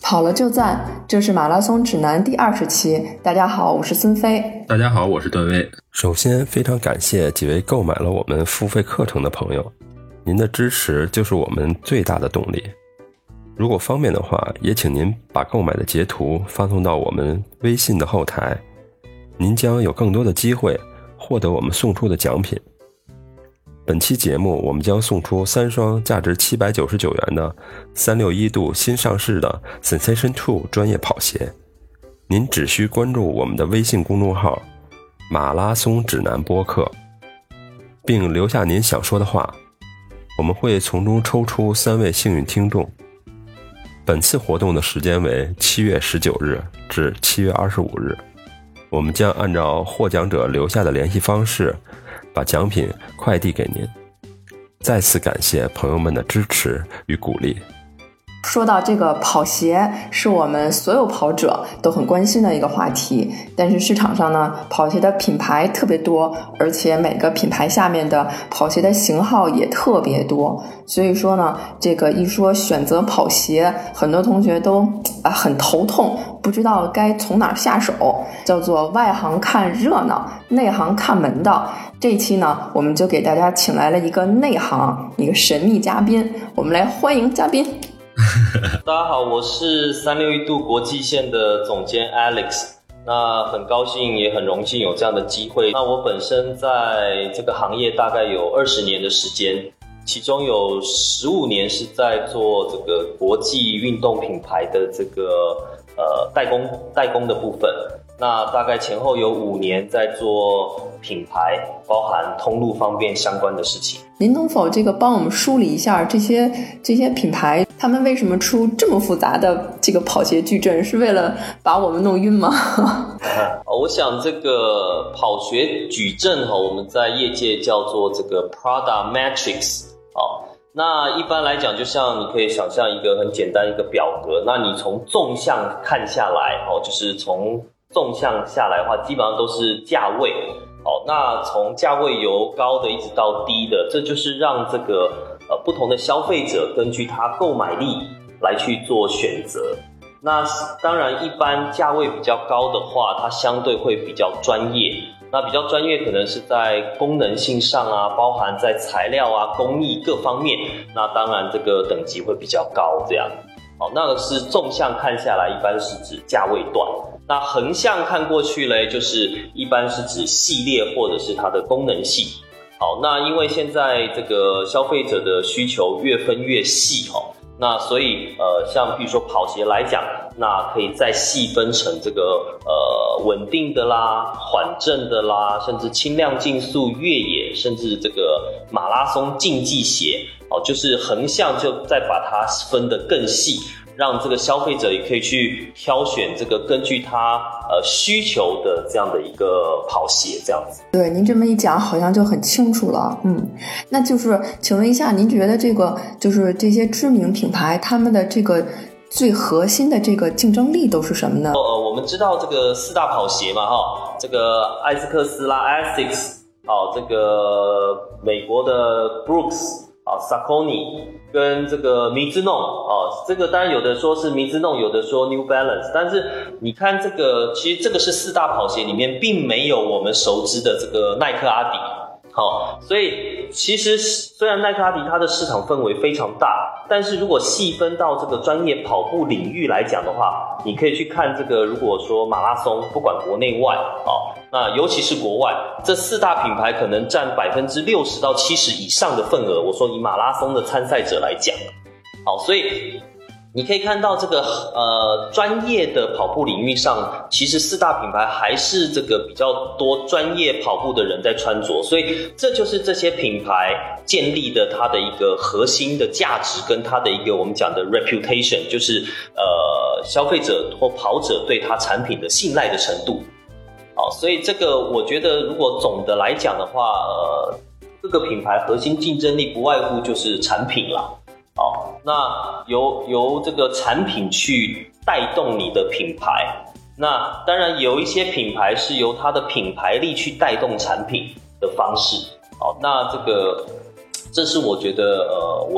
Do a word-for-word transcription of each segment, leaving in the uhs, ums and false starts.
跑了就赞，这是马拉松指南第二十期。大家好，我是孙飞。 大家好，我是段威。 首先非常感谢几位购买了我们付费课程的朋友，您的支持就是我们最大的动力。如果方便的话，也请您把购买的截图发送到我们微信的后台，您将有更多的机会获得我们送出的奖品。本期节目我们将送出三双价值七百九十九元的三六一度新上市的 Sensation 二专业跑鞋，您只需关注我们的微信公众号马拉松指南播客，并留下您想说的话，我们会从中抽出三位幸运听众。本次活动的时间为七月十九日至七月二十五日，我们将按照获奖者留下的联系方式把奖品快递给您。再次感谢朋友们的支持与鼓励。 说到这个跑鞋，是我们所有跑者都很关心的一个话题，但是市场上呢，跑鞋的品牌特别多，而且每个品牌下面的跑鞋的型号也特别多，所以说呢，这个一说选择跑鞋，很多同学都啊很头痛，不知道该从哪下手，叫做外行看热闹，内行看门道。这一期呢，我们就给大家请来了一个内行，一个神秘嘉宾，我们来欢迎嘉宾。 大家好，我是三六一度国际线的总监 Alex。那很高兴也很荣幸有这样的机会。那我本身在这个行业大概有二十年的时间，其中有十五年是在做这个国际运动品牌的这个呃代工代工的部分。那大概前后有五年在做品牌，包含通路方面相关的事情。 您能否这个帮我们梳理一下这些这些品牌，他们为什么出这么复杂的这个跑鞋矩阵？是为了把我们弄晕吗？ 我想这个跑鞋矩阵我们在业界叫做这个 Prada Matrix。那一般来讲，就像你可以想象一个很简单一个表格，那你从纵向看下来，就是从纵向下来的话，基本上都是价位。好，那从价位由高的一直到低的，这就是让这个呃不同的消费者根据他购买力来去做选择。那当然，一般价位比较高的话，它相对会比较专业。那比较专业可能是在功能性上啊，包含在材料啊、工艺各方面。那当然这个等级会比较高，这样。好，那个是纵向看下来，一般是指价位段。那横向看过去嘞，就是一般是指系列或者是它的功能性。好，那因为现在这个消费者的需求越分越细齁，那所以呃，像比如说跑鞋来讲，那可以再细分成这个呃稳定的啦、缓震的啦，甚至轻量竞速、越野，甚至这个马拉松竞技鞋。好，就是横向就再把它分得更细。让这个消费者也可以去挑选这个根据他呃需求的这样的一个跑鞋，这样子。 对，您这么一讲，好像就很清楚了。嗯，那就是请问一下，您觉得这个就是这些知名品牌，他们的这个最核心的这个竞争力都是什么呢？ 呃，我们知道这个四大跑鞋嘛，哈，这个艾斯克斯啦 ，Asics， 哦，这个美国的 Brooks。啊 ，Saucony 跟这个米兹诺啊，这个当然有的说是米兹诺，有的说 New Balance， 但是你看这个，其实这个是四大跑鞋里面并没有我们熟知的这个耐克、阿迪。好，所以其实虽然耐克、阿迪它的市场氛围非常大，但是如果细分到这个专业跑步领域来讲的话，你可以去看这个，如果说马拉松，不管国内外啊，那尤其是国外，这四大品牌可能占百分之六十到七十以上的份额。我说以马拉松的参赛者来讲，好，所以你可以看到这个呃专业的跑步领域上，其实四大品牌还是这个比较多专业跑步的人在穿着，所以这就是这些品牌建立的它的一个核心的价值跟它的一个我们讲的 reputation， 就是呃消费者或跑者对它产品的信赖的程度。好，所以这个我觉得如果总的来讲的话，呃各个品牌核心竞争力不外乎就是产品啦。好，那由由这个产品去带动你的品牌，那当然有一些品牌是由它的品牌力去带动产品的方式。好，那这个这是我觉得呃我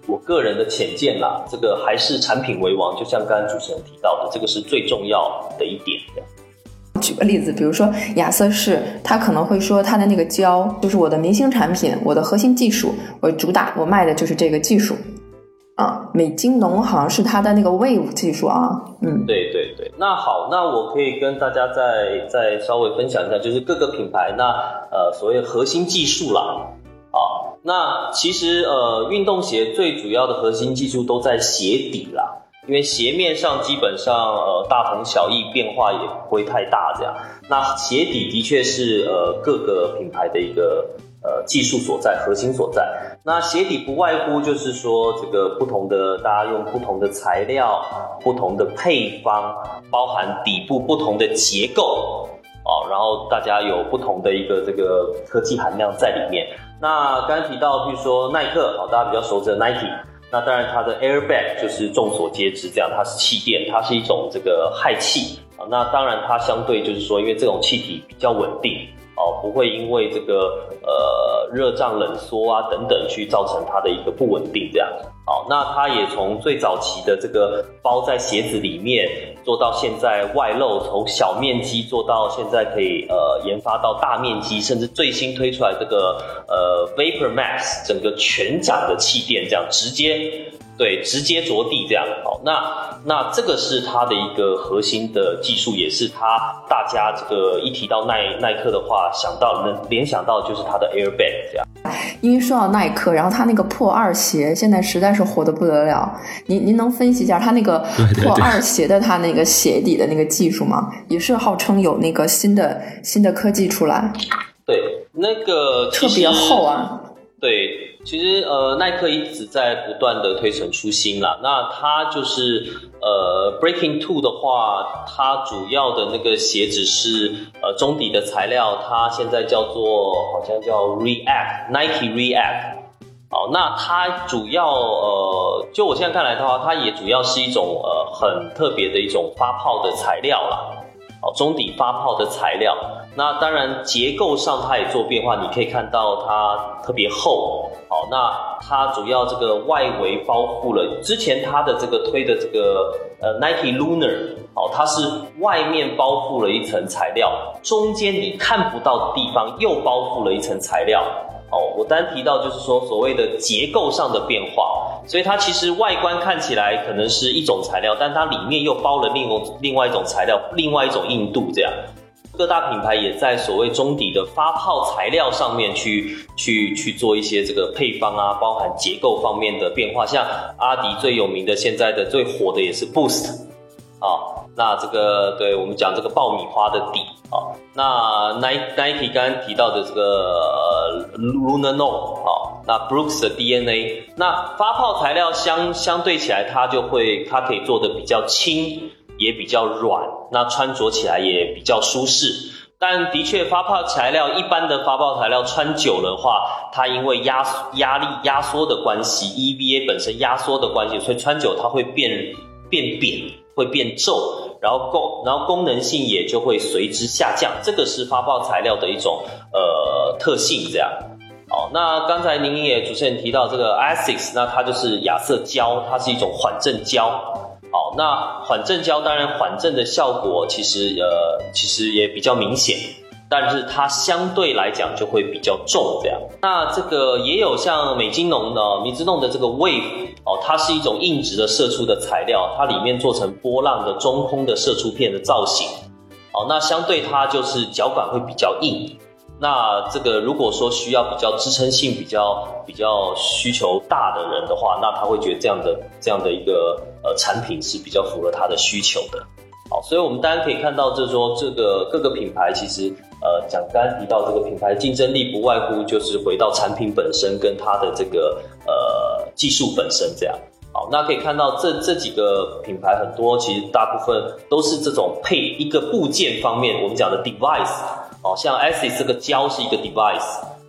我个人的浅见啦，这个还是产品为王，就像刚才主持人提到的，这个是最重要的一点的。 举个例子，比如说亚瑟士，他可能会说他的那个胶就是我的明星产品，我的核心技术，我主打我卖的就是这个技术啊。美津浓好像是他的那个 Wave 技术啊，嗯， 对对对。那好，那我可以跟大家再再稍微分享一下，就是各个品牌那呃所谓核心技术啦，啊，那其实呃运动鞋最主要的核心技术都在鞋底啦。因为鞋面上基本上呃大同小异，变化也不会太大这样。那鞋底的确是呃各个品牌的一个呃技术所在，核心所在。那鞋底不外乎就是说这个不同的大家用不同的材料、不同的配方，包含底部不同的结构哦，然后大家有不同的一个这个科技含量在里面。那刚才提到，比如说耐克，哦，大家比较熟知的 Nike。那当然它的 airbag 就是众所皆知，这样它是气垫，它是一种这个氦气啊。那当然它相对就是说，因为这种气体比较稳定哦，不会因为这个呃热胀冷缩啊等等去造成它的一个不稳定这样。好，那它也从最早期的这个包在鞋子里面，做到现在外露，从小面积做到现在可以呃研发到大面积，甚至最新推出来这个呃 Vapor Max 整个全掌的气垫，这样直接对直接着地这样。好，那那这个是它的一个核心的技术，也是它大家这个一提到耐耐克的话，想到能联想到就是它的 airbag 这样。 因为说到耐克，然后它那个破二鞋现在实在是火得不得了。您您能分析一下它那个破二鞋的它那个鞋底的那个技术吗？也是号称有那个新的新的科技出来。 对，那个特别厚啊。 对，其实呃，耐克一直在不断的推陈出新啦。那它就是呃 ，Breaking Two 的话，它主要的那个鞋子是呃中底的材料，它现在叫做好像叫 React，Nike React。好，那它主要呃，就我现在看来的话，它也主要是一种呃很特别的一种发泡的材料啦。哦，中底发泡的材料，那当然结构上它也做变化，你可以看到它特别厚。好，那它主要这个外围包覆了之前它的这个推的这个呃 Nike Lunar， 好，它是外面包覆了一层材料，中间你看不到的地方又包覆了一层材料。哦，我单提到就是说所谓的结构上的变化，所以它其实外观看起来可能是一种材料，但它里面又包了另外另外一种材料，另外一种硬度这样。各大品牌也在所谓中底的发泡材料上面去去去做一些这个配方啊，包含结构方面的变化。像阿迪最有名的现在的最火的也是 Boost 啊，那这个对我们讲这个爆米花的底啊，那 Nike 刚刚提到的这个、呃、Lunar No 啊，那 Brooks 的 D N A， 那发泡材料相相对起来，它就会它可以做的比较轻，也比较软，那穿着起来也比较舒适。但的确发泡材料一般的发泡材料穿久了的话，它因为压压力压缩的关系 E V A 本身压缩的关系，所以穿久它会变变扁，会变皱，然后功然后功能性也就会随之下降，这个是发泡材料的一种呃特性这样。好，那刚才您也主持人提到这个 A S I C S， 那它就是亚瑟胶，它是一种缓震胶。好，那缓震胶当然缓震的效果其实呃其实也比较明显，但是它相对来讲就会比较重这样。那这个也有像美津浓的迷之弄的这个 Wave 哦，它是一种硬质的射出的材料，它里面做成波浪的中空的射出片的造型。哦，那相对它就是脚感会比较硬。那这个如果说需要比较支撑性比较比较需求大的人的话，那他会觉得这样的这样的一个呃产品是比较符合他的需求的。好，所以我们当然可以看到，就是说这个各个品牌其实呃讲刚刚提到这个品牌竞争力不外乎就是回到产品本身跟它的这个呃技术本身这样。好，那可以看到这这几个品牌很多其实大部分都是这种配一个部件方面我们讲的 device。哦，像 A S I C S 这个胶是一个 device，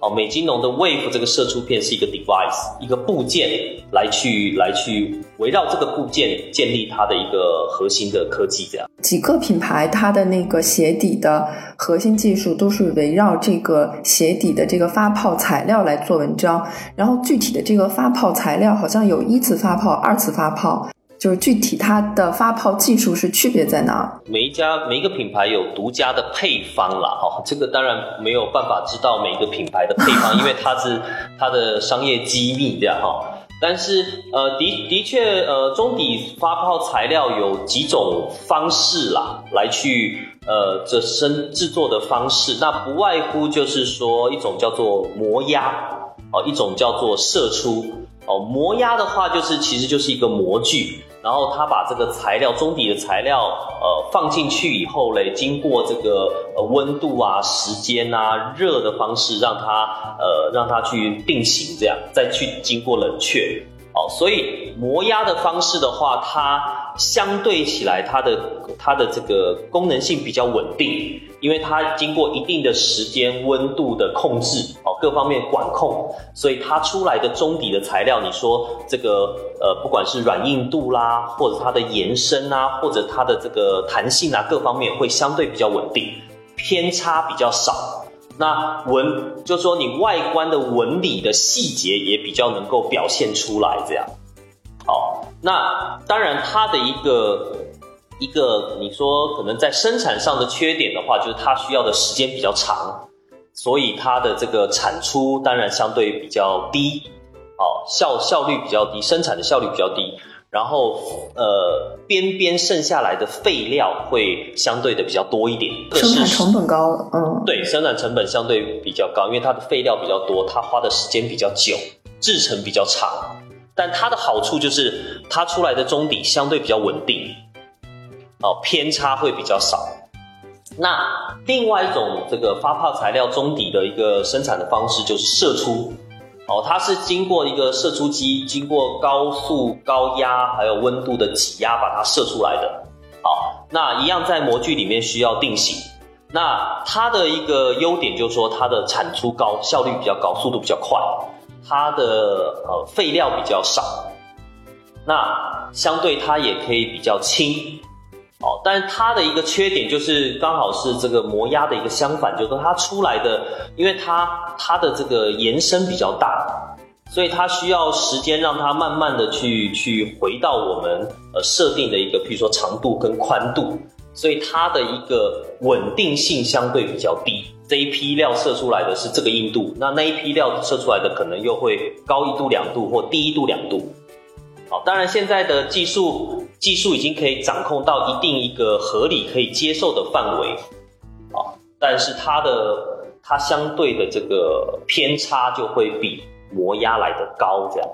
哦，美津浓的 Wave 这个射出片是一个 device， 一个部件来去来去围绕这个部件建立它的一个核心的科技，这样。 几个品牌它的那个鞋底的核心技术都是围绕这个鞋底的这个发泡材料来做文章，然后具体的这个发泡材料好像有一次发泡、二次发泡。就是具体它的发泡技术是区别在哪？ 每一家每一个品牌有独家的配方啦，哈，这个当然没有办法知道每一个品牌的配方，因为它是它的商业机密这样哈。但是呃的的确呃中底发泡材料有几种方式啦，来去呃这生制作的方式，那不外乎就是说一种叫做磨压哦，一种叫做射出哦。磨压的话就是其实就是一个模具。然后他把这个材料中底的材料呃放进去以后嘞，经过这个呃温度啊、时间啊、热的方式让它呃让它去定型，这样再去经过冷却。哦，所以磨压的方式的话，它相对起来它的它的这个功能性比较稳定，因为它经过一定的时间、温度的控制，哦，各方面管控，所以它出来的中底的材料，你说这个呃，不管是软硬度啦，或者它的延伸啊，或者它的这个弹性啊，各方面会相对比较稳定，偏差比较少。那纹就是说你外观的纹理的细节也比较能够表现出来，这样。好，那当然它的一个一个你说可能在生产上的缺点的话，就是它需要的时间比较长，所以它的这个产出当然相对比较低，好，效效率比较低，生产的效率比较低。然后呃边边剩下来的废料会相对的比较多一点， 生产成本高了，嗯， 对，生产成本相对比较高，因为它的废料比较多，它花的时间比较久，制程比较长。但它的好处就是它出来的中底相对比较稳定，哦，偏差会比较少。那另外一种这个发泡材料中底的一个生产的方式就是射出。哦，它是经过一个射出机，经过高速、高压还有温度的挤压把它射出来的。好，那一样在模具里面需要定型。那它的一个优点就是说它的产出高，效率比较高，速度比较快，它的呃废料比较少，那相对它也可以比较轻。哦，但是它的一个缺点就是刚好是这个磨压的一个相反，就是说它出来的，因为它它的这个延伸比较大，所以它需要时间让它慢慢的去去回到我们呃设定的一个，譬如说长度跟宽度，所以它的一个稳定性相对比较低。这一批料射出来的是这个硬度，那那一批料射出来的可能又会高一度两度或低一度两度。好，当然现在的技术技术已经可以掌控到一定一个合理可以接受的范围，啊，但是它的它相对的这个偏差就会比磨压来的高，这样。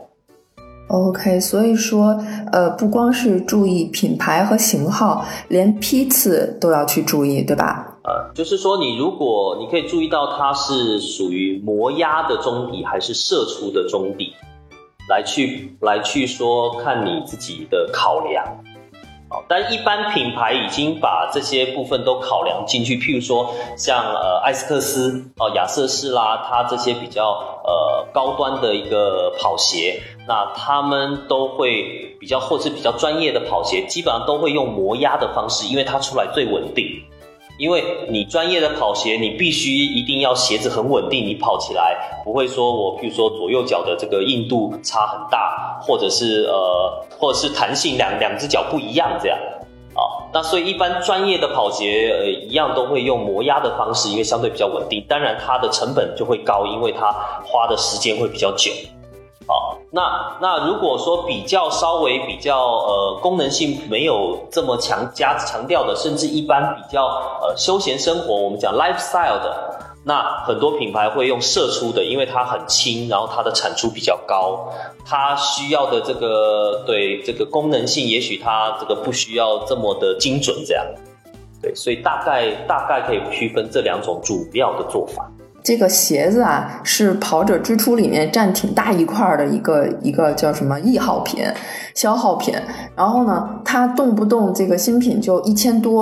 OK， 所以说，呃，不光是注意品牌和型号，连批次都要去注意，对吧？ 呃，就是说你如果你可以注意到它是属于磨压的中底还是射出的中底。来去来去说看你自己的考量，好，但一般品牌已经把这些部分都考量进去，譬如说像呃艾斯克斯哦、亚瑟士啦，它这些比较呃高端的一个跑鞋，那他们都会比较或是比较专业的跑鞋，基本上都会用磨压的方式，因为它出来最稳定。因为你专业的跑鞋，你必须一定要鞋子很稳定，你跑起来不会说我譬如说左右脚的这个硬度差很大，或者是呃或者是弹性两两只脚不一样这样啊。那所以一般专业的跑鞋呃一样都会用磨压的方式，因为相对比较稳定，当然它的成本就会高，因为它花的时间会比较久。好，那那如果说比较稍微比较呃功能性没有这么强加强调的，甚至一般比较呃休闲生活，我们讲 lifestyle 的，那很多品牌会用射出的，因为它很轻，然后它的产出比较高，它需要的这个对这个功能性，也许它这个不需要这么的精准这样。对，所以大概大概可以区分这两种主要的做法。 这个鞋子啊，是跑者支出里面占挺大一块的一个一个叫什么易耗品、消耗品。然后呢，它动不动这个新品就一千多，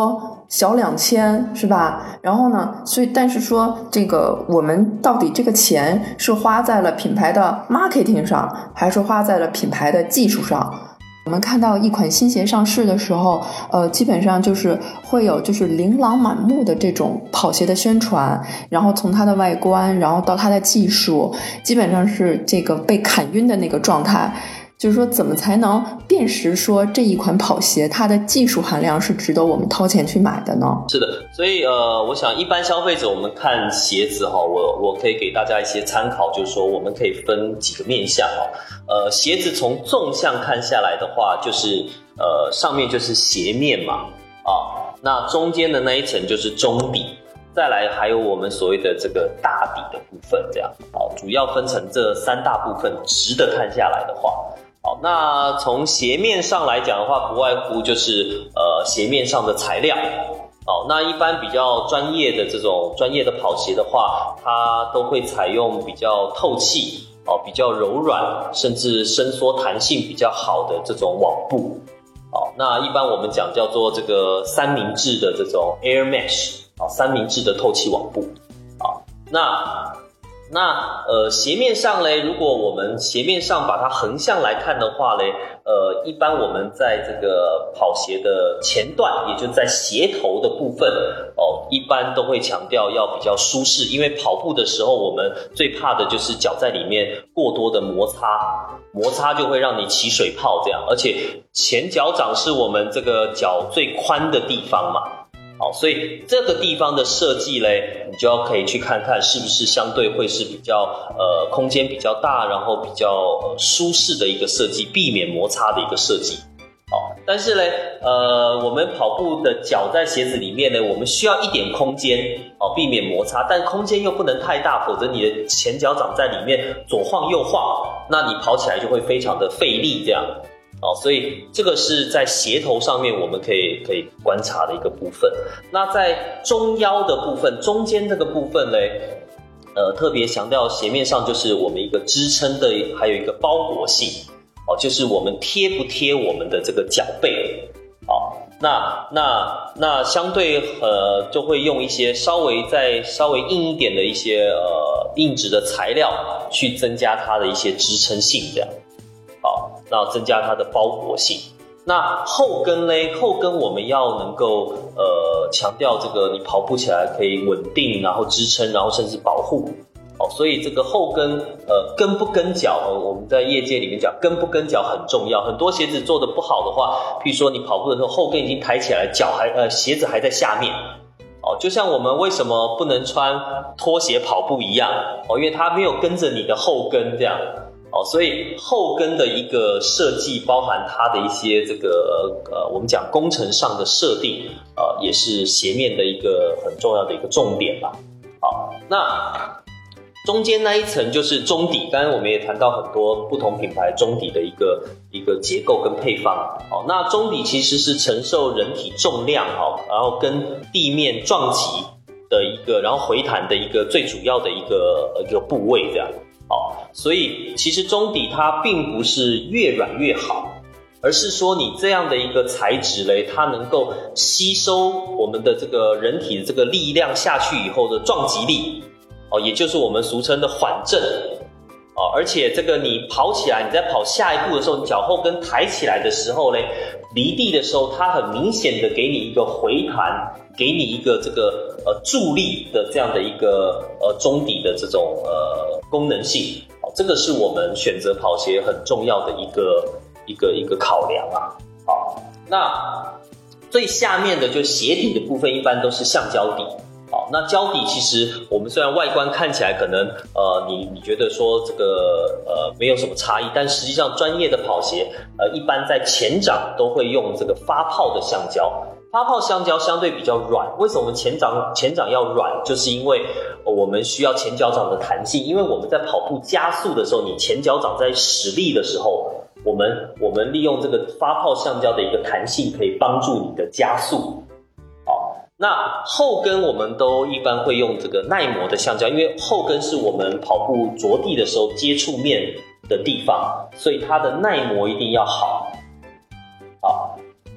小两千是吧？然后呢，所以但是说这个我们到底这个钱是花在了品牌的 marketing 上，还是花在了品牌的技术上？我们看到一款新鞋上市的时候，呃，基本上就是会有就是琳琅满目的这种跑鞋的宣传，然后从它的外观，然后到它的技术，基本上是这个被砍晕的那个状态。就是说怎么才能辨识说这一款跑鞋它的技术含量是值得我们掏钱去买的呢？ 是的，所以呃，我想一般消费者我们看鞋子哈，我我可以给大家一些参考，就是说我们可以分几个面向哈。呃，鞋子从纵向看下来的话，就是呃上面就是鞋面嘛，啊，那中间的那一层就是中底。再来还有我们所谓的这个大底的部分，这样好，主要分成这三大部分，直的看下来的话，好，那从鞋面上来讲的话，不外乎就是呃鞋面上的材料，好，那一般比较专业的这种专业的跑鞋的话，它都会采用比较透气哦，比较柔软，甚至伸缩弹性比较好的这种网布，好，那一般我们讲叫做这个三明治的这种 Air Mesh。啊，三明治的透气网布，啊，那那呃鞋面上嘞，如果我们鞋面上把它横向来看的话嘞，呃，一般我们在这个跑鞋的前段，也就在鞋头的部分，哦，一般都会强调要比较舒适，因为跑步的时候，我们最怕的就是脚在里面过多的摩擦，摩擦就会让你起水泡这样，而且前脚掌是我们这个脚最宽的地方嘛。好，所以这个地方的设计嘞，你就要可以去看看是不是相对会是比较呃空间比较大，然后比较呃舒适的一个设计，避免摩擦的一个设计。好，但是嘞，呃，我们跑步的脚在鞋子里面呢，我们需要一点空间，哦，避免摩擦，但空间又不能太大，否则你的前脚掌在里面左晃右晃，那你跑起来就会非常的费力这样。哦，所以这个是在鞋头上面我们可以可以观察的一个部分。那在中腰的部分，中间这个部分呢，呃，特别强调鞋面上就是我们一个支撑的，还有一个包裹性。哦，就是我们贴不贴我们的这个脚背。哦，那那那相对呃就会用一些稍微再稍微硬一点的一些呃硬质的材料去增加它的一些支撑性这样。好，那增加它的包裹性。那后跟呢？后跟我们要能够呃强调这个你跑步起来可以稳定，然后支撑，然后甚至保护。哦，所以这个后跟呃跟不跟脚，呃，我们在业界里面讲跟不跟脚很重要。很多鞋子做的不好的话，譬如说你跑步的时候后跟已经抬起来，脚还呃鞋子还在下面。哦，就像我们为什么不能穿拖鞋跑步一样，哦，因为它没有跟着你的后跟这样。哦，所以后跟的一个设计包含它的一些这个呃，我们讲工程上的设定，呃，也是鞋面的一个很重要的一个重点吧。好，那中间那一层就是中底，刚才我们也谈到很多不同品牌中底的一个一个结构跟配方。好，那中底其实是承受人体重量，好，然后跟地面撞击的一个，然后回弹的一个最主要的一个一个部位这样。好，所以其实中底它并不是越软越好，而是说你这样的一个材质嘞，它能够吸收我们的这个人体的这个力量下去以后的撞击力，哦，也就是我们俗称的缓震，哦，而且这个你跑起来，你在跑下一步的时候，你脚后跟抬起来的时候嘞，离地的时候，它很明显的给你一个回弹，给你一个这个呃助力的这样的一个呃中底的这种呃功能性，哦，这个是我们选择跑鞋很重要的一个一个一个考量啊。好，那最下面的就鞋底的部分，一般都是橡胶底。好，那胶底其实我们虽然外观看起来可能呃你你觉得说这个呃没有什么差异，但实际上专业的跑鞋呃一般在前掌都会用这个发泡的橡胶。发泡橡胶相对比较软，为什么我们前掌前掌要软？就是因为我们需要前脚掌的弹性，因为我们在跑步加速的时候，你前脚掌在使力的时候，我们我们利用这个发泡橡胶的一个弹性，可以帮助你的加速。那后跟我们都一般会用这个耐磨的橡胶，因为后跟是我们跑步着地的时候接触面的地方，所以它的耐磨一定要好。好，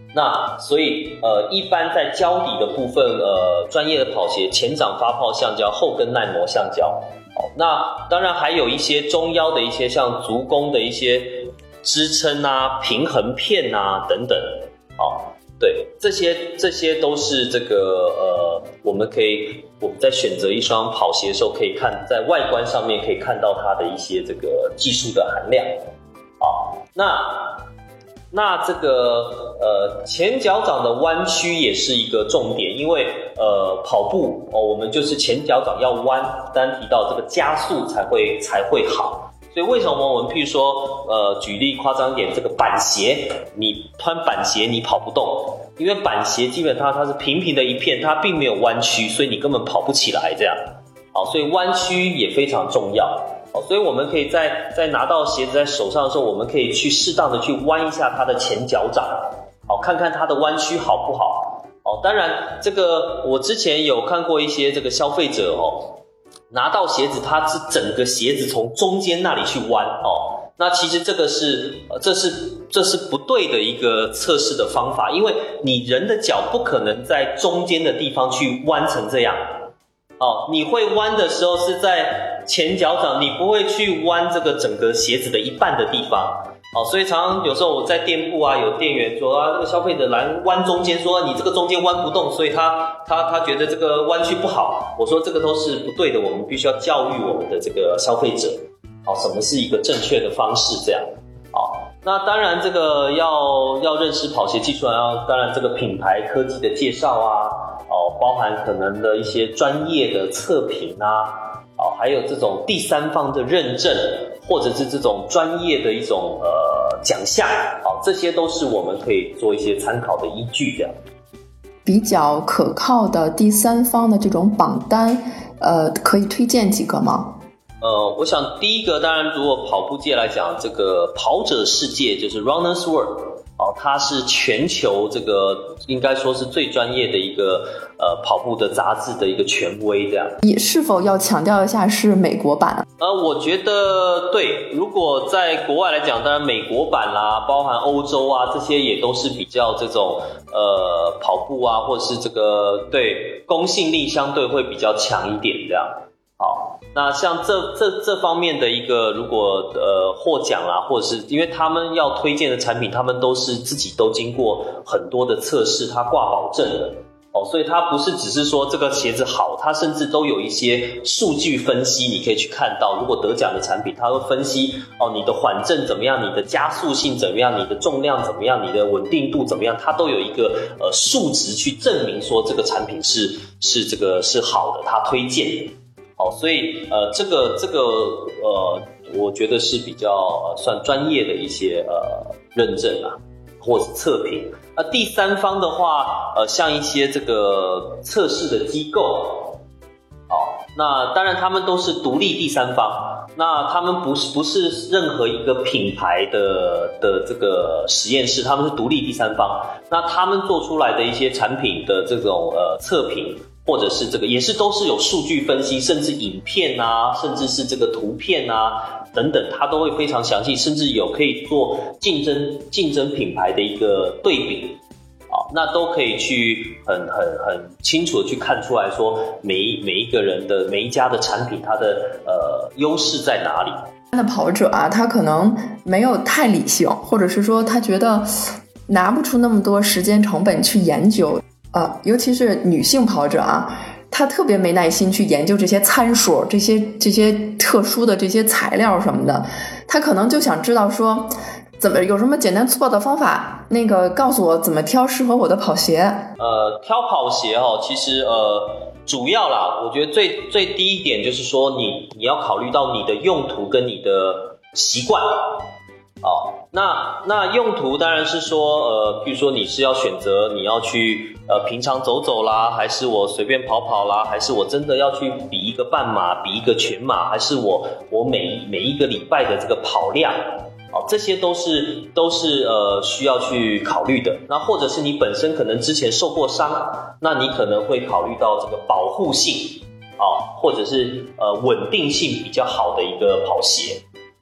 那所以呃，一般在胶底的部分，呃，专业的跑鞋前掌发泡橡胶，后跟耐磨橡胶。哦，那当然还有一些中腰的一些像足弓的一些支撑啊、平衡片啊等等。哦，对，这些这些都是这个呃，我们可以我们在选择一双跑鞋的时候，可以看在外观上面可以看到它的一些这个技术的含量。啊，那那这个呃前脚掌的弯曲也是一个重点，因为呃跑步哦，我们就是前脚掌要弯，当然提到这个加速才会才会好。所以为什么我们譬如说呃举例夸张一点，这个板鞋，你穿板鞋你跑不动，因为板鞋基本上它是平平的一片，它并没有弯曲，所以你根本跑不起来这样。好，所以弯曲也非常重要。好，所以我们可以在在拿到鞋子在手上的时候，我们可以去适当的去弯一下它的前脚掌，好，看看它的弯曲好不好。好，当然这个我之前有看过一些这个消费者哦，拿到鞋子它是整个鞋子从中间那里去弯哦，那其实这个是呃这是这是不对的一个测试的方法，因为你人的脚不可能在中间的地方去弯成这样。哦，你会弯的时候是在前脚掌，你不会去弯这个整个鞋子的一半的地方。哦，所以常常有时候我在店铺啊，有店员说啊，这个消费者来弯中间，说你这个中间弯不动，所以他他他觉得这个弯曲不好。我说这个都是不对的，我们必须要教育我们的这个消费者，好，什么是一个正确的方式这样。好，那当然这个要要认识跑鞋技术啊，当然这个品牌科技的介绍啊。哦，包含可能的一些专业的测评啊，哦，还有这种第三方的认证，或者是这种专业的一种呃奖项，好，这些都是我们可以做一些参考的依据这样。 比较可靠的第三方的这种榜单，呃，可以推荐几个吗？ 呃，我想第一个，当然如果跑步界来讲，这个跑者世界就是 Runner's World。哦，它是全球这个应该说是最专业的一个呃跑步的杂志的一个权威，这样。 你是否要强调一下是美国版？ 呃，我觉得对，如果在国外来讲，当然美国版啦，包含欧洲啊，这些也都是比较这种呃跑步啊，或者是这个对公信力相对会比较强一点这样。好，那像这这这方面的一个，如果呃获奖啦，或者是因为他们要推荐的产品，他们都是自己都经过很多的测试，它挂保证的哦，所以它不是只是说这个鞋子好，它甚至都有一些数据分析，你可以去看到，如果得奖的产品，它会分析哦你的缓震怎么样，你的加速性怎么样，你的重量怎么样，你的稳定度怎么样，它都有一个呃数值去证明说这个产品是是这个是好的，它推荐的。好，所以呃，这个这个呃，我觉得是比较、呃、算专业的一些呃认证啊，或是测评。那第三方的话，呃，像一些这个测试的机构，好，那当然他们都是独立第三方，那他们不是不是任何一个品牌的的这个实验室，他们是独立第三方。那他们做出来的一些产品的这种呃测评。或者是这个也是都是有数据分析，甚至影片啊，甚至是这个图片啊等等，它都会非常详细，甚至有可以做竞争竞争品牌的一个对比啊，那都可以去很很很清楚的去看出来说每一每一个人的每一家的产品它的呃优势在哪里。 那跑者啊，他可能没有太理性，或者是说他觉得拿不出那么多时间成本去研究。呃，尤其是女性跑者啊，她特别没耐心去研究这些参数，这些这些特殊的这些材料什么的，她可能就想知道说，怎么有什么简单粗暴的方法，那个告诉我怎么挑适合我的跑鞋。 呃，挑跑鞋哦，其实呃，主要啦，我觉得最最低一点就是说你，你要考虑到你的用途跟你的习惯。哦，那那用途当然是说，呃，比如说你是要选择你要去呃平常走走啦，还是我随便跑跑啦，还是我真的要去比一个半马，比一个全马，还是我我每每一个礼拜的这个跑量，哦，这些都是都是呃需要去考虑的。那或者是你本身可能之前受过伤，那你可能会考虑到这个保护性，哦，或者是呃稳定性比较好的一个跑鞋。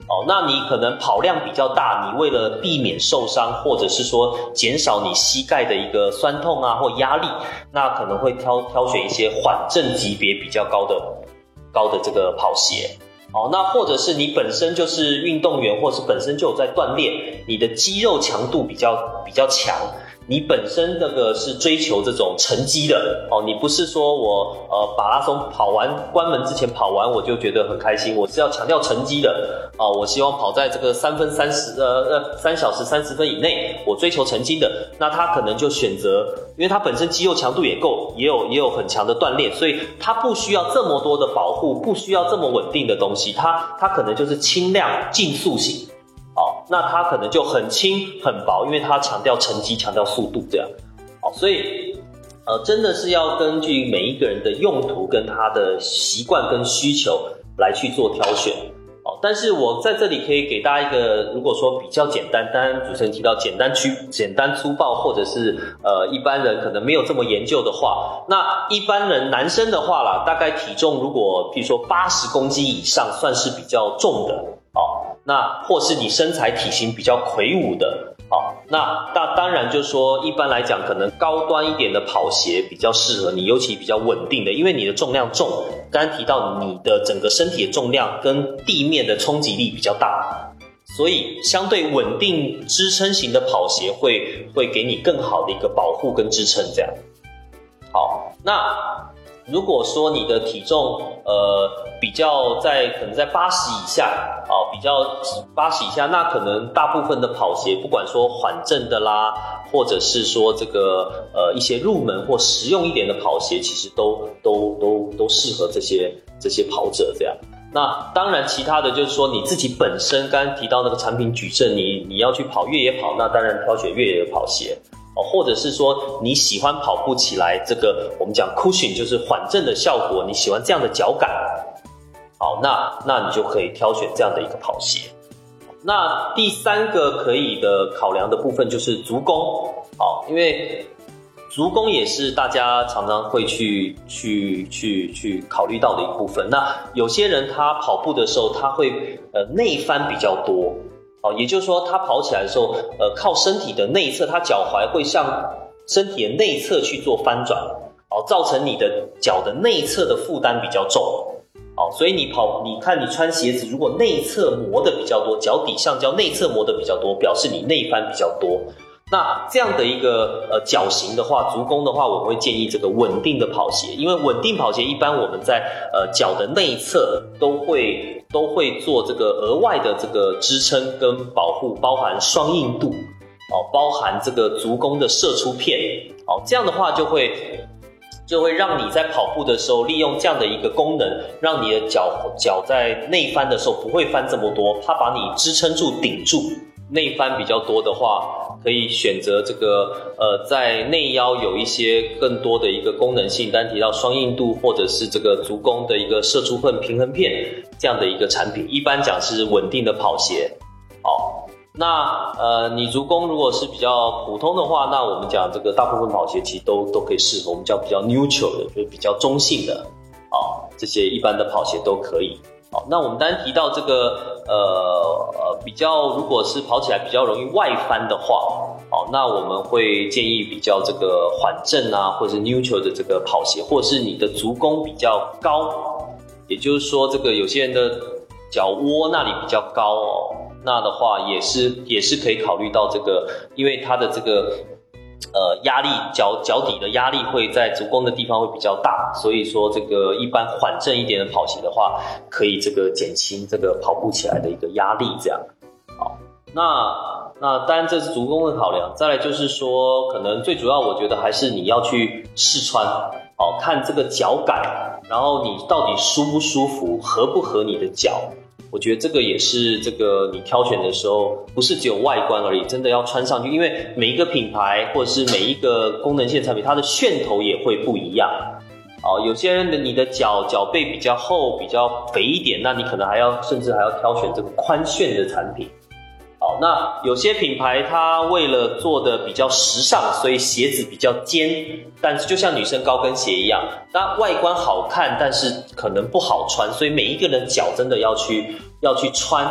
哦，那你可能跑量比较大，你为了避免受伤，或者是说减少你膝盖的一个酸痛啊或压力，那可能会挑挑选一些缓震级别比较高的高的这个跑鞋。哦，那或者是你本身就是运动员，或是本身就有在锻炼，你的肌肉强度比较比较强。你本身这个是追求这种成绩的哦，你不是说我呃马拉松跑完关门之前跑完我就觉得很开心，我是要强调成绩的哦，我希望跑在这个三分三十呃呃三小时三十分以内，我追求成绩的，那他可能就选择，因为他本身肌肉强度也够，也有也有很强的锻炼，所以他不需要这么多的保护，不需要这么稳定的东西，他他可能就是轻量竞速型。哦，那它可能就很轻很薄，因为它强调成绩，强调速度这样。哦，所以呃，真的是要根据每一个人的用途跟他的习惯跟需求来去做挑选。哦，但是我在这里可以给大家一个，如果说比较简单，当然主持人提到简单区、简单粗暴，或者是呃一般人可能没有这么研究的话，那一般人男生的话啦，大概体重如果譬如说八十公斤以上，算是比较重的。哦，那或是你身材体型比较魁梧的，好，那那当然就说一般来讲，可能高端一点的跑鞋比较适合你，尤其比较稳定的，因为你的重量重，刚刚提到你的整个身体的重量跟地面的冲击力比较大，所以相对稳定支撑型的跑鞋会会给你更好的一个保护跟支撑这样。好，那如果说你的体重呃比较在可能在八十以下哦，比较八十以下，那可能大部分的跑鞋，不管说缓震的啦，或者是说这个呃一些入门或实用一点的跑鞋，其实都都都都适合这些这些跑者这样。那当然其他的就是说你自己本身刚刚提到那个产品矩阵，你你要去跑越野跑，那当然挑选越野的跑鞋。或者是说你喜欢跑步起来这个我们讲 cushion 就是缓震的效果，你喜欢这样的脚感，好，那那你就可以挑选这样的一个跑鞋。那第三个可以的考量的部分就是足弓，好，因为足弓也是大家常常会去去去去考虑到的一部分。那有些人他跑步的时候他会呃内翻比较多。哦，也就是说，他跑起来的时候，呃，靠身体的内侧，他脚踝会向身体的内侧去做翻转，哦，造成你的脚的内侧的负担比较重，哦，所以你跑，你看你穿鞋子，如果内侧磨的比较多，脚底上脚内侧磨的比较多，表示你内翻比较多。那这样的一个呃脚型的话，足弓的话，我们会建议这个稳定的跑鞋，因为稳定跑鞋一般我们在呃脚的内侧都会都会做这个额外的这个支撑跟保护，包含双硬度哦，包含这个足弓的射出片哦，这样的话就会就会让你在跑步的时候利用这样的一个功能，让你的脚脚在内翻的时候不会翻这么多，它把你支撑住顶住。内翻比较多的话，可以选择这个呃，在内腰有一些更多的一个功能性，单提到双硬度或者是这个足弓的一个射出份平衡片这样的一个产品，一般讲是稳定的跑鞋。好，那呃，你足弓如果是比较普通的话，那我们讲这个大部分跑鞋其实都都可以适合，我们叫比较 neutral 的，就是比较中性的，啊，这些一般的跑鞋都可以。好，那我们单提到这个呃呃比较，如果是跑起来比较容易外翻的话，好，那我们会建议比较这个缓震啊，或者是 neutral 的这个跑鞋，或者是你的足弓比较高，也就是说这个有些人的脚窝那里比较高哦，那的话也是也是可以考虑到这个，因为它的这个呃，压力脚脚底的压力会在足弓的地方会比较大，所以说这个一般缓震一点的跑鞋的话，可以这个减轻这个跑步起来的一个压力，这样。好，那那当然这是足弓的考量，再来就是说，可能最主要我觉得还是你要去试穿，哦，看这个脚感，然后你到底舒不舒服，合不合你的脚。我觉得这个也是这个你挑选的时候，不是只有外观而已，真的要穿上去，因为每一个品牌或者是每一个功能性产品，它的楦头也会不一样。哦，有些人的你的脚脚背比较厚，比较肥一点，那你可能还要甚至还要挑选这个宽楦的产品。好，那有些品牌它为了做的比较时尚，所以鞋子比较尖，但是就像女生高跟鞋一样，它外观好看，但是可能不好穿，所以每一个人脚真的要去要去穿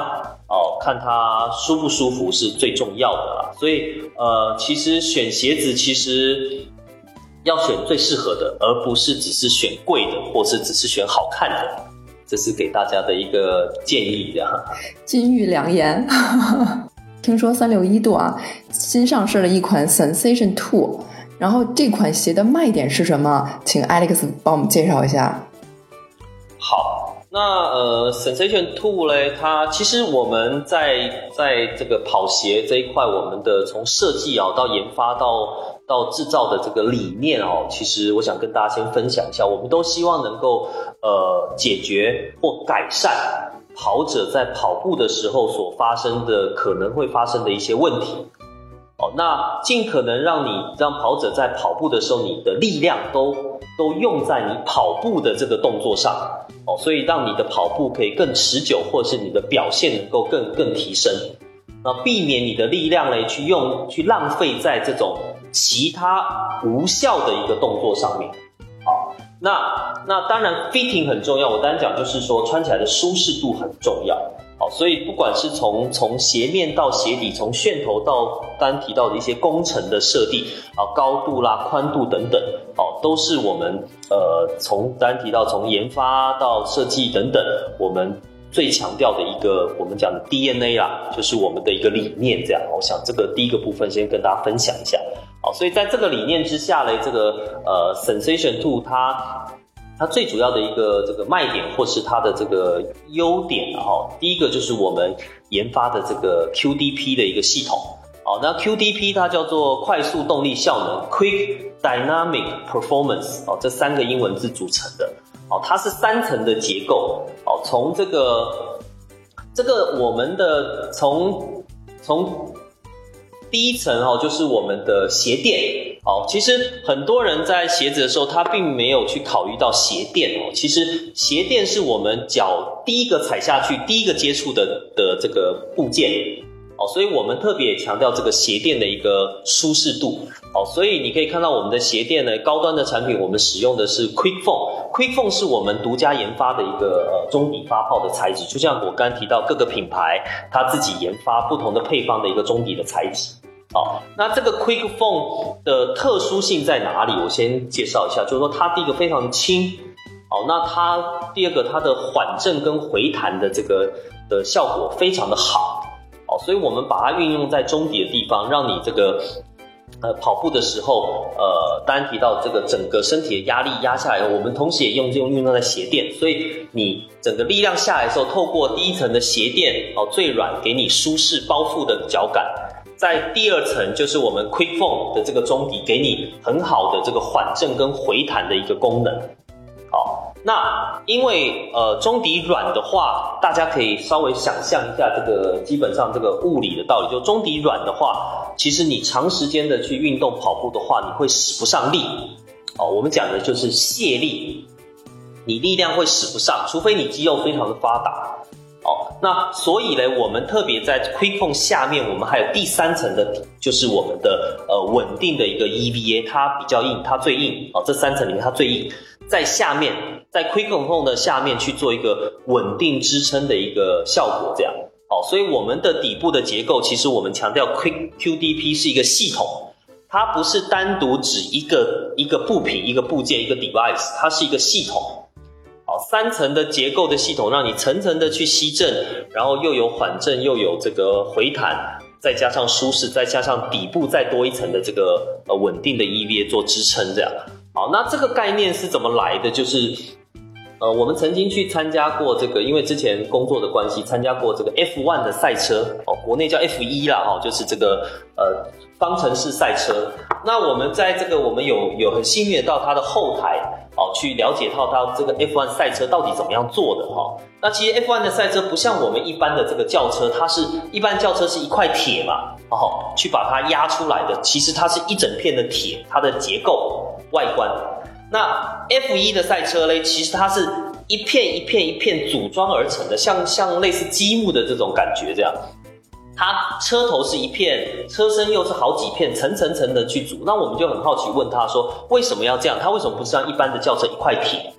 哦，看它舒不舒服是最重要的啦。所以呃，其实选鞋子其实要选最适合的，而不是只是选贵的，或是只是选好看的。这是给大家的一个建议，这样。 金玉良言。听说三六一度啊，新上市了一款 Sensation 二，然后这款鞋的卖点是什么？请 Alex 帮我们介绍一下。 好，那呃 Sensation 二嘞，它其实我们在在这个跑鞋这一块，我们的从设计啊到研发到到制造的这个理念哦，其实我想跟大家先分享一下，我们都希望能够呃解决或改善跑者在跑步的时候所发生的可能会发生的一些问题。哦，那尽可能让你让跑者在跑步的时候，你的力量都都用在你跑步的这个动作上，哦，所以让你的跑步可以更持久，或者是你的表现能够更更提升。那避免你的力量呢去用去浪费在这种其他无效的一个动作上面。好，那那当然 fitting 很重要，我刚才讲就是说穿起来的舒适度很重要。好，所以不管是从从鞋面到鞋底，从楦头到刚刚提到的一些工程的设定啊，高度啦、宽度等等，哦，都是我们呃从刚刚提到从研发到设计等等，我们最强调的一个我们讲的 D N A 啦，就是我们的一个理念。这样，我想这个第一个部分先跟大家分享一下。好，所以在这个理念之下呢，这个呃 Sensation 二它。它最主要的一个这个卖点或是它的这个优点啊，第一个就是我们研发的这个 Q D P 的一个系统。好，那 Q D P 它叫做快速动力效能 Quick Dynamic Performance， 哦，这三个英文字组成的。哦，它是三层的结构。哦，从这个这个我们的从从第一层哦，就是我们的鞋垫。好，其实很多人在鞋子的时候，他并没有去考虑到鞋垫哦。其实鞋垫是我们脚第一个踩下去、第一个接触的的这个部件哦，所以我们特别强调这个鞋垫的一个舒适度哦。所以你可以看到我们的鞋垫呢，高端的产品我们使用的是 Quick Foam，Quick Foam 是我们独家研发的一个呃中底发泡的材质，就像我刚刚提到各个品牌它自己研发不同的配方的一个中底的材质。好，那这个 Quick Foam 的特殊性在哪里？我先介绍一下，就是说它第一个非常轻，好，那它第二个它的缓震跟回弹的这个的效果非常的好，好，所以我们把它运用在中底的地方，让你这个呃跑步的时候，呃，当然提到这个整个身体的压力压下来，我们同时也用用运用在鞋垫，所以你整个力量下来的时候，透过第一层的鞋垫，哦，最软，给你舒适包覆的脚感。在第二层就是我们 Quick Foam 的这个中底，给你很好的这个缓震跟回弹的一个功能。好，那因为呃中底软的话，大家可以稍微想象一下这个基本上这个物理的道理，就中底软的话，其实你长时间的去运动跑步的话，你会使不上力。哦，我们讲的就是卸力，你力量会使不上，除非你肌肉非常的发达。哦，那所以呢，我们特别在 Quick Foam 下面，我们还有第三层的，就是我们的呃稳定的一个 E V A， 它比较硬，它最硬哦，这三层里面它最硬，在下面，在 Quick Foam 的下面去做一个稳定支撑的一个效果，这样。哦，所以我们的底部的结构，其实我们强调 Quick Q D P 是一个系统，它不是单独指一个一个部品、一个部件、一个 device， 它是一个系统。好，三层的结构的系统，让你层层的去吸震，然后又有缓震，又有这个回弹，再加上舒适，再加上底部再多一层的这个呃稳定的 E V A 做支撑，这样。好，那这个概念是怎么来的？就是呃，我们曾经去参加过这个，因为之前工作的关系，参加过这个 F 一 的赛车哦，国内叫 F 一 啦，哈，就是这个呃方程式赛车。那我们在这个我们有有很幸运的到它的后台。哦，去了解到它这个 F 一 赛车到底怎么样做的哈。那其实 F 一 的赛车不像我们一般的这个轿车，它是一般轿车是一块铁嘛，哦，去把它压出来的，其实它是一整片的铁，它的结构外观。那 F 一 的赛车嘞，其实它是一片一片一片组装而成的，像像类似积木的这种感觉这样。它车头是一片，车身又是好几片，层层层的去组。那我们就很好奇问他说，为什么要这样？他为什么不是像一般的轿车一块铁？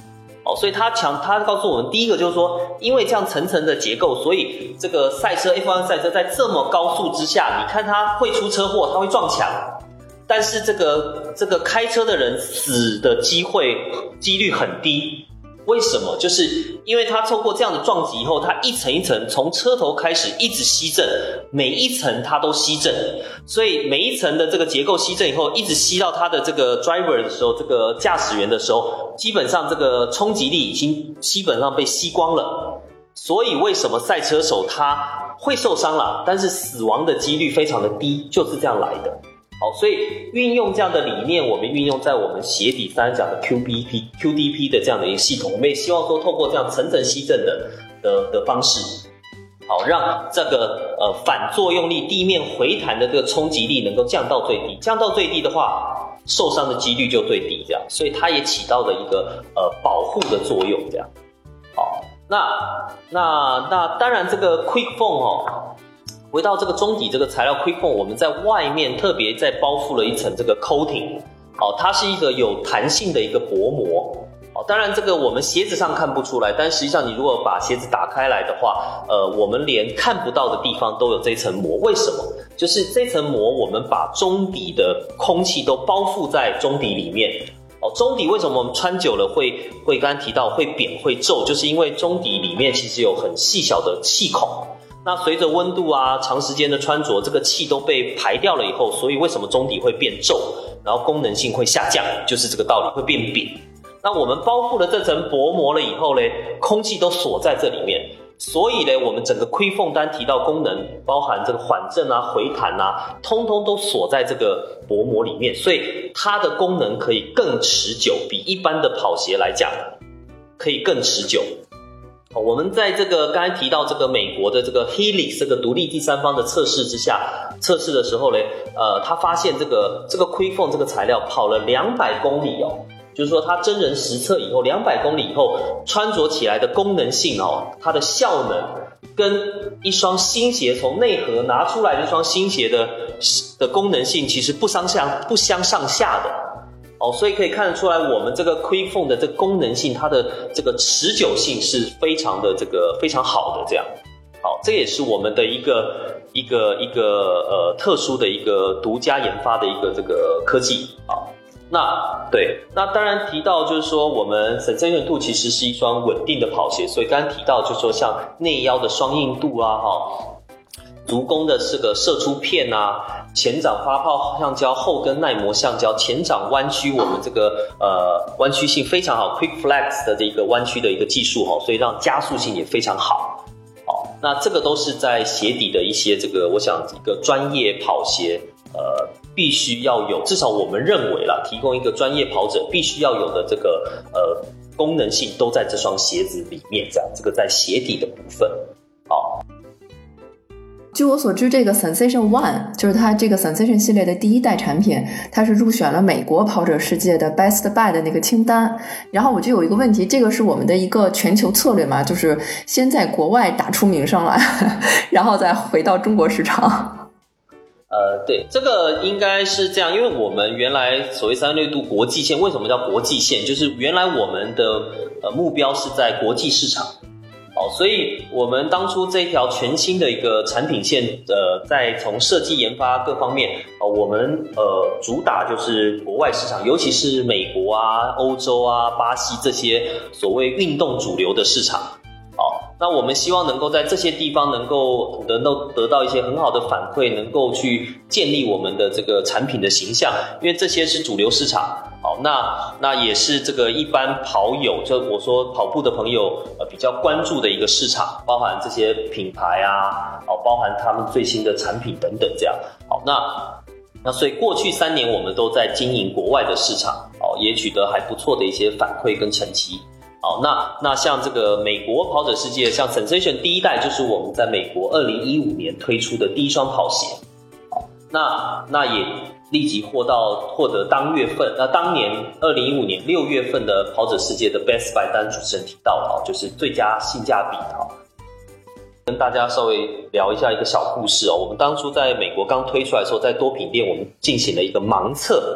哦，所以他强，他告诉我们，第一个就是说，因为这样层层的结构，所以这个赛车 F 一 赛车在这么高速之下，你看它会出车祸，它会撞墙，但是这个这个开车的人死的机会几率很低。为什么？就是因为它透过这样的撞击以后，它一层一层从车头开始一直吸震，每一层它都吸震，所以每一层的这个结构吸震以后，一直吸到它的这个 driver 的时候，这个驾驶员的时候，基本上这个冲击力已经基本上被吸光了。所以为什么赛车手他会受伤了，但是死亡的几率非常的低，就是这样来的。好，所以运用这样的理念，我们运用在我们鞋底三讲的 Q B P、Q D P 的这样的一个系统，我们也希望说透过这样层层吸震的的的方式，好，让这个呃反作用力地面回弹的这个冲击力能够降到最低，降到最低的话，受伤的几率就最低，这样，所以它也起到了一个呃保护的作用，这样。好，那那那当然这个 Quick Foam 哦。回到这个中底这个材料 Quick Foam， 我们在外面特别再包覆了一层这个 coating， 哦，它是一个有弹性的一个薄膜，哦，当然这个我们鞋子上看不出来，但实际上你如果把鞋子打开来的话，呃，我们连看不到的地方都有这层膜。为什么？就是这层膜我们把中底的空气都包覆在中底里面。哦，中底为什么我们穿久了会会刚刚提到会扁会皱，就是因为中底里面其实有很细小的气孔。那随着温度啊，长时间的穿着，这个气都被排掉了以后，所以为什么中底会变皱，然后功能性会下降，就是这个道理，会变扁。那我们包覆了这层薄膜了以后呢，空气都锁在这里面，所以呢，我们整个Quick Foam单提到功能，包含这个缓震啊、回弹啊，通通都锁在这个薄膜里面，所以它的功能可以更持久，比一般的跑鞋来讲，可以更持久。我们在这个刚才提到这个美国的这个 Helix 这个独立第三方的测试之下，测试的时候呢，呃，他发现这个这个 Quick Foam 这个材料跑了两百公里哦，就是说它真人实测以后，两百公里以后穿着起来的功能性哦，它的效能跟一双新鞋从内盒拿出来的一双新鞋的的功能性其实不相上不相上下的。哦，所以可以看得出来，我们这个 Quick Foam 的这个功能性，它的这个持久性是非常的这个非常好的，这样。好，这也是我们的一个一个一个呃特殊的一个独家研发的一个这个科技啊。那对，那当然提到就是说，我们 Sensation 二其实是一双稳定的跑鞋，所以刚刚提到就是说，像内腰的双硬度啊，哈。足弓的这个射出片啊，前掌发泡橡胶，后跟耐磨橡胶，前掌弯曲我们这个呃弯曲性非常好 ，Quick Flex 的这个弯曲的一个技术哈，所以让加速性也非常好。好，那这个都是在鞋底的一些这个，我想一个专业跑鞋呃必须要有，至少我们认为啦，提供一个专业跑者必须要有的这个呃功能性都在这双鞋子里面，这样这个在鞋底的部分，好。 据我所知，这个 Sensation One 就是它这个 Sensation 系列的第一代产品，它是入选了美国跑者世界的 Best Buy 的那个清单。然后我就有一个问题，这个是我们的一个全球策略嘛，就是先在国外打出名声来，然后再回到中国市场。 呃，对，这个应该是这样，因为我们原来所谓三六度国际线，为什么叫国际线？就是原来我们的呃目标是在国际市场。哦，所以我们当初这一条全新的一个产品线，呃，在从设计研发各方面，呃，我们呃主打就是国外市场，尤其是美国啊、欧洲啊、巴西这些所谓运动主流的市场。哦，那我们希望能够在这些地方能够能够得到一些很好的反馈，能够去建立我们的这个产品的形象，因为这些是主流市场。好，那那也是这个一般跑友，就我说跑步的朋友，呃，比较关注的一个市场，包含这些品牌啊，哦，包含他们最新的产品等等这样。好，那那所以过去三年我们都在经营国外的市场，哦，也取得还不错的一些反馈跟成绩。好，那那像这个美国跑者世界，像 Sensation 第一代就是我们在美国二零一五年推出的第一双跑鞋。好，那那也立即获到获得当月份，那当年二零一五年六月份的跑者世界的 Best Buy， 当然主持人提到了，就是最佳性价比哈。跟大家稍微聊一下一个小故事哦。我们当初在美国刚推出来的时候，在多品店我们进行了一个盲测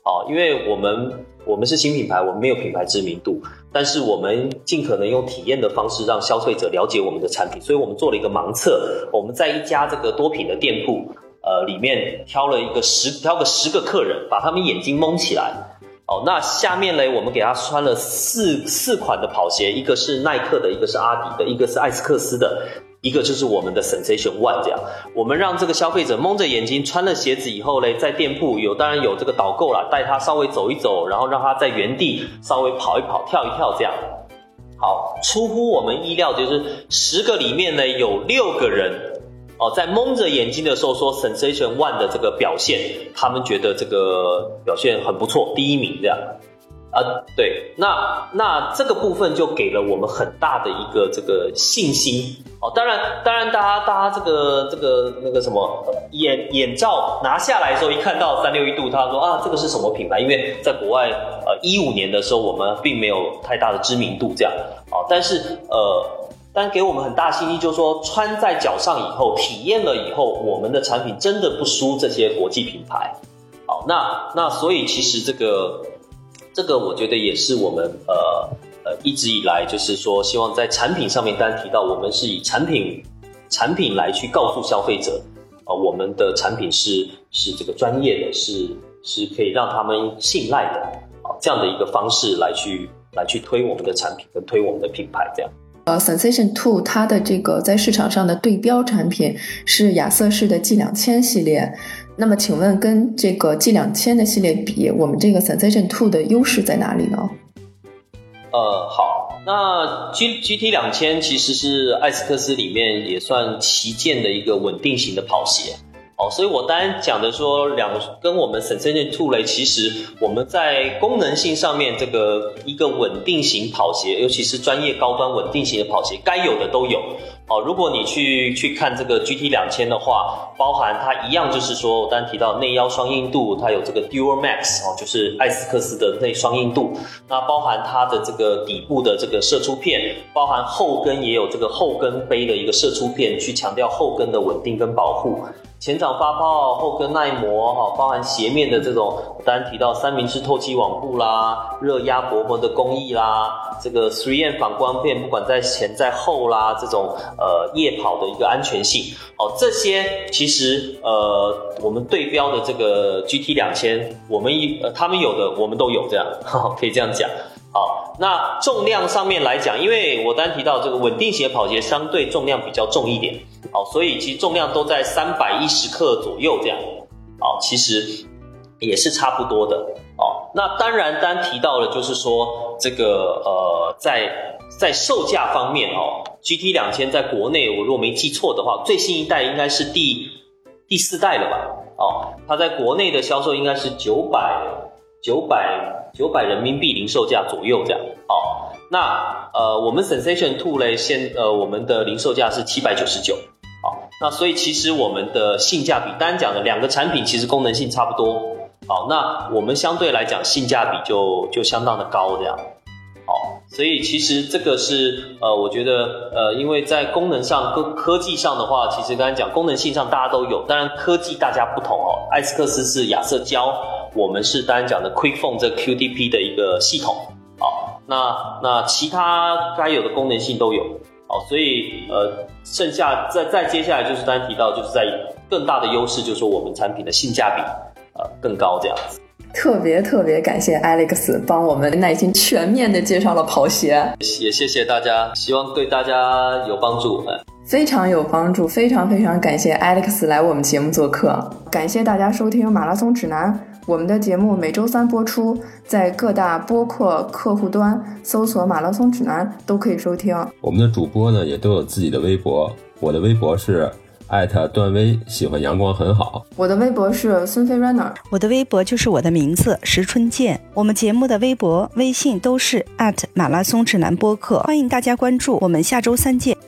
哦，因为我们我们是新品牌，我们没有品牌知名度，但是我们尽可能用体验的方式让消费者了解我们的产品，所以我们做了一个盲测，我们在一家这个多品的店铺，呃，里面挑了一个十挑个十个客人，把他们眼睛蒙起来。哦，那下面呢，我们给他穿了四四款的跑鞋，一个是耐克的，一个是阿迪的，一个是艾斯克斯的，一个就是我们的 Sensation One 这样。我们让这个消费者蒙着眼睛穿了鞋子以后呢，在店铺有当然有这个导购啦，带他稍微走一走，然后让他在原地稍微跑一跑、跳一跳这样。好，出乎我们意料，就是十个里面呢有六个人哦，在蒙着眼睛的时候说 Sensation One 的这个表现，他们觉得这个表现很不错，第一名这样。啊，对，那那这个部分就给了我们很大的一个这个信心哦。当然，当然，大家大家这个这个那个什么眼眼罩拿下来的时候，一看到三六一度，他说啊，这个是什么品牌？因为在国外，呃，一五年的时候我们并没有太大的知名度这样哦，但是呃。但给我们很大信心，就是说穿在脚上以后，体验了以后，我们的产品真的不输这些国际品牌。好，那那所以其实这个这个我觉得也是我们呃呃一直以来就是说希望在产品上面，当然提到我们是以产品产品来去告诉消费者，呃我们的产品是是这个专业的，是是可以让他们信赖的，啊这样的一个方式来去来去推我们的产品跟推我们的品牌这样。 呃 Sensation Two 它的这个在市场上的对标产品是亚瑟士的 G 两千 系列，那么请问跟这个 G 两千 的系列比，我们这个 Sensation Two 的优势在哪里呢？ 呃，好，那 G GT 两千其实是艾斯克斯里面也算旗舰的一个稳定型的跑鞋。哦，所以我当然讲的说两跟我们 Sensation Two 类，其实我们在功能性上面，这个一个稳定型跑鞋，尤其是专业高端稳定型的跑鞋，该有的都有。哦，如果你去去看这个 G T 两千的话，包含它一样就是说，我刚才提到内腰双硬度，它有这个 Dual Max 哦，就是艾斯克斯的内双硬度。那包含它的这个底部的这个射出片，包含后跟也有这个后跟杯的一个射出片，去强调后跟的稳定跟保护。前掌发泡，后跟耐磨，包含鞋面的这种，当然提到三明治透气网布啦，热压薄膜的工艺啦，这个 三 M 反光片，不管在前在后啦，这种呃夜跑的一个安全性，哦，这些其实呃我们对标的这个 G T 两千，我们呃他们有的我们都有，这样可以这样讲。好，那重量上面来讲，因为我刚提到这个稳定型的跑鞋相对重量比较重一点，好，所以其实重量都在三百一十克左右这样，好，其实也是差不多的。哦，那当然单提到了就是说这个呃在在售价方面哦 ，G T 两千在国内我如果没记错的话，最新一代应该是第第四代了吧？哦，它在国内的销售应该是九百九百九百人民币零售价左右这样。哦，那呃我们 Sensation Two 嘞，现呃我们的零售价是七百九十九。好，那所以其实我们的性价比，单讲的两个产品其实功能性差不多。好，那我们相对来讲性价比就就相当的高这样。好，所以其实这个是呃我觉得呃因为在功能上科科技上的话，其实刚才讲功能性上大家都有，当然科技大家不同哦。艾斯克斯是亚瑟胶，我们是当然讲的 Quick Foam 这 Q T P 的一个系统。好，那那其他该有的功能性都有。好，所以呃剩下再再接下来就是刚才提到，就是在更大的优势就是说我们产品的性价比呃更高这样子。 特别特别感谢 Alex 帮我们耐心全面的介绍了跑鞋， 也谢谢大家，希望对大家有帮助。 非常有帮助，非常非常感谢 Alex 来我们节目做客，感谢大家收听马拉松指南。我们的节目每周三播出，在各大播客客户端搜索马拉松指南都可以收听。 我们的主播呢也都有自己的微博，我的微博是艾特段威，喜欢阳光很好。 我的微博是孙飞 runner， 我的微博就是我的名字石春健。我们节目的微博、微信都是艾特马拉松指南播客，欢迎大家关注。我们下周三见。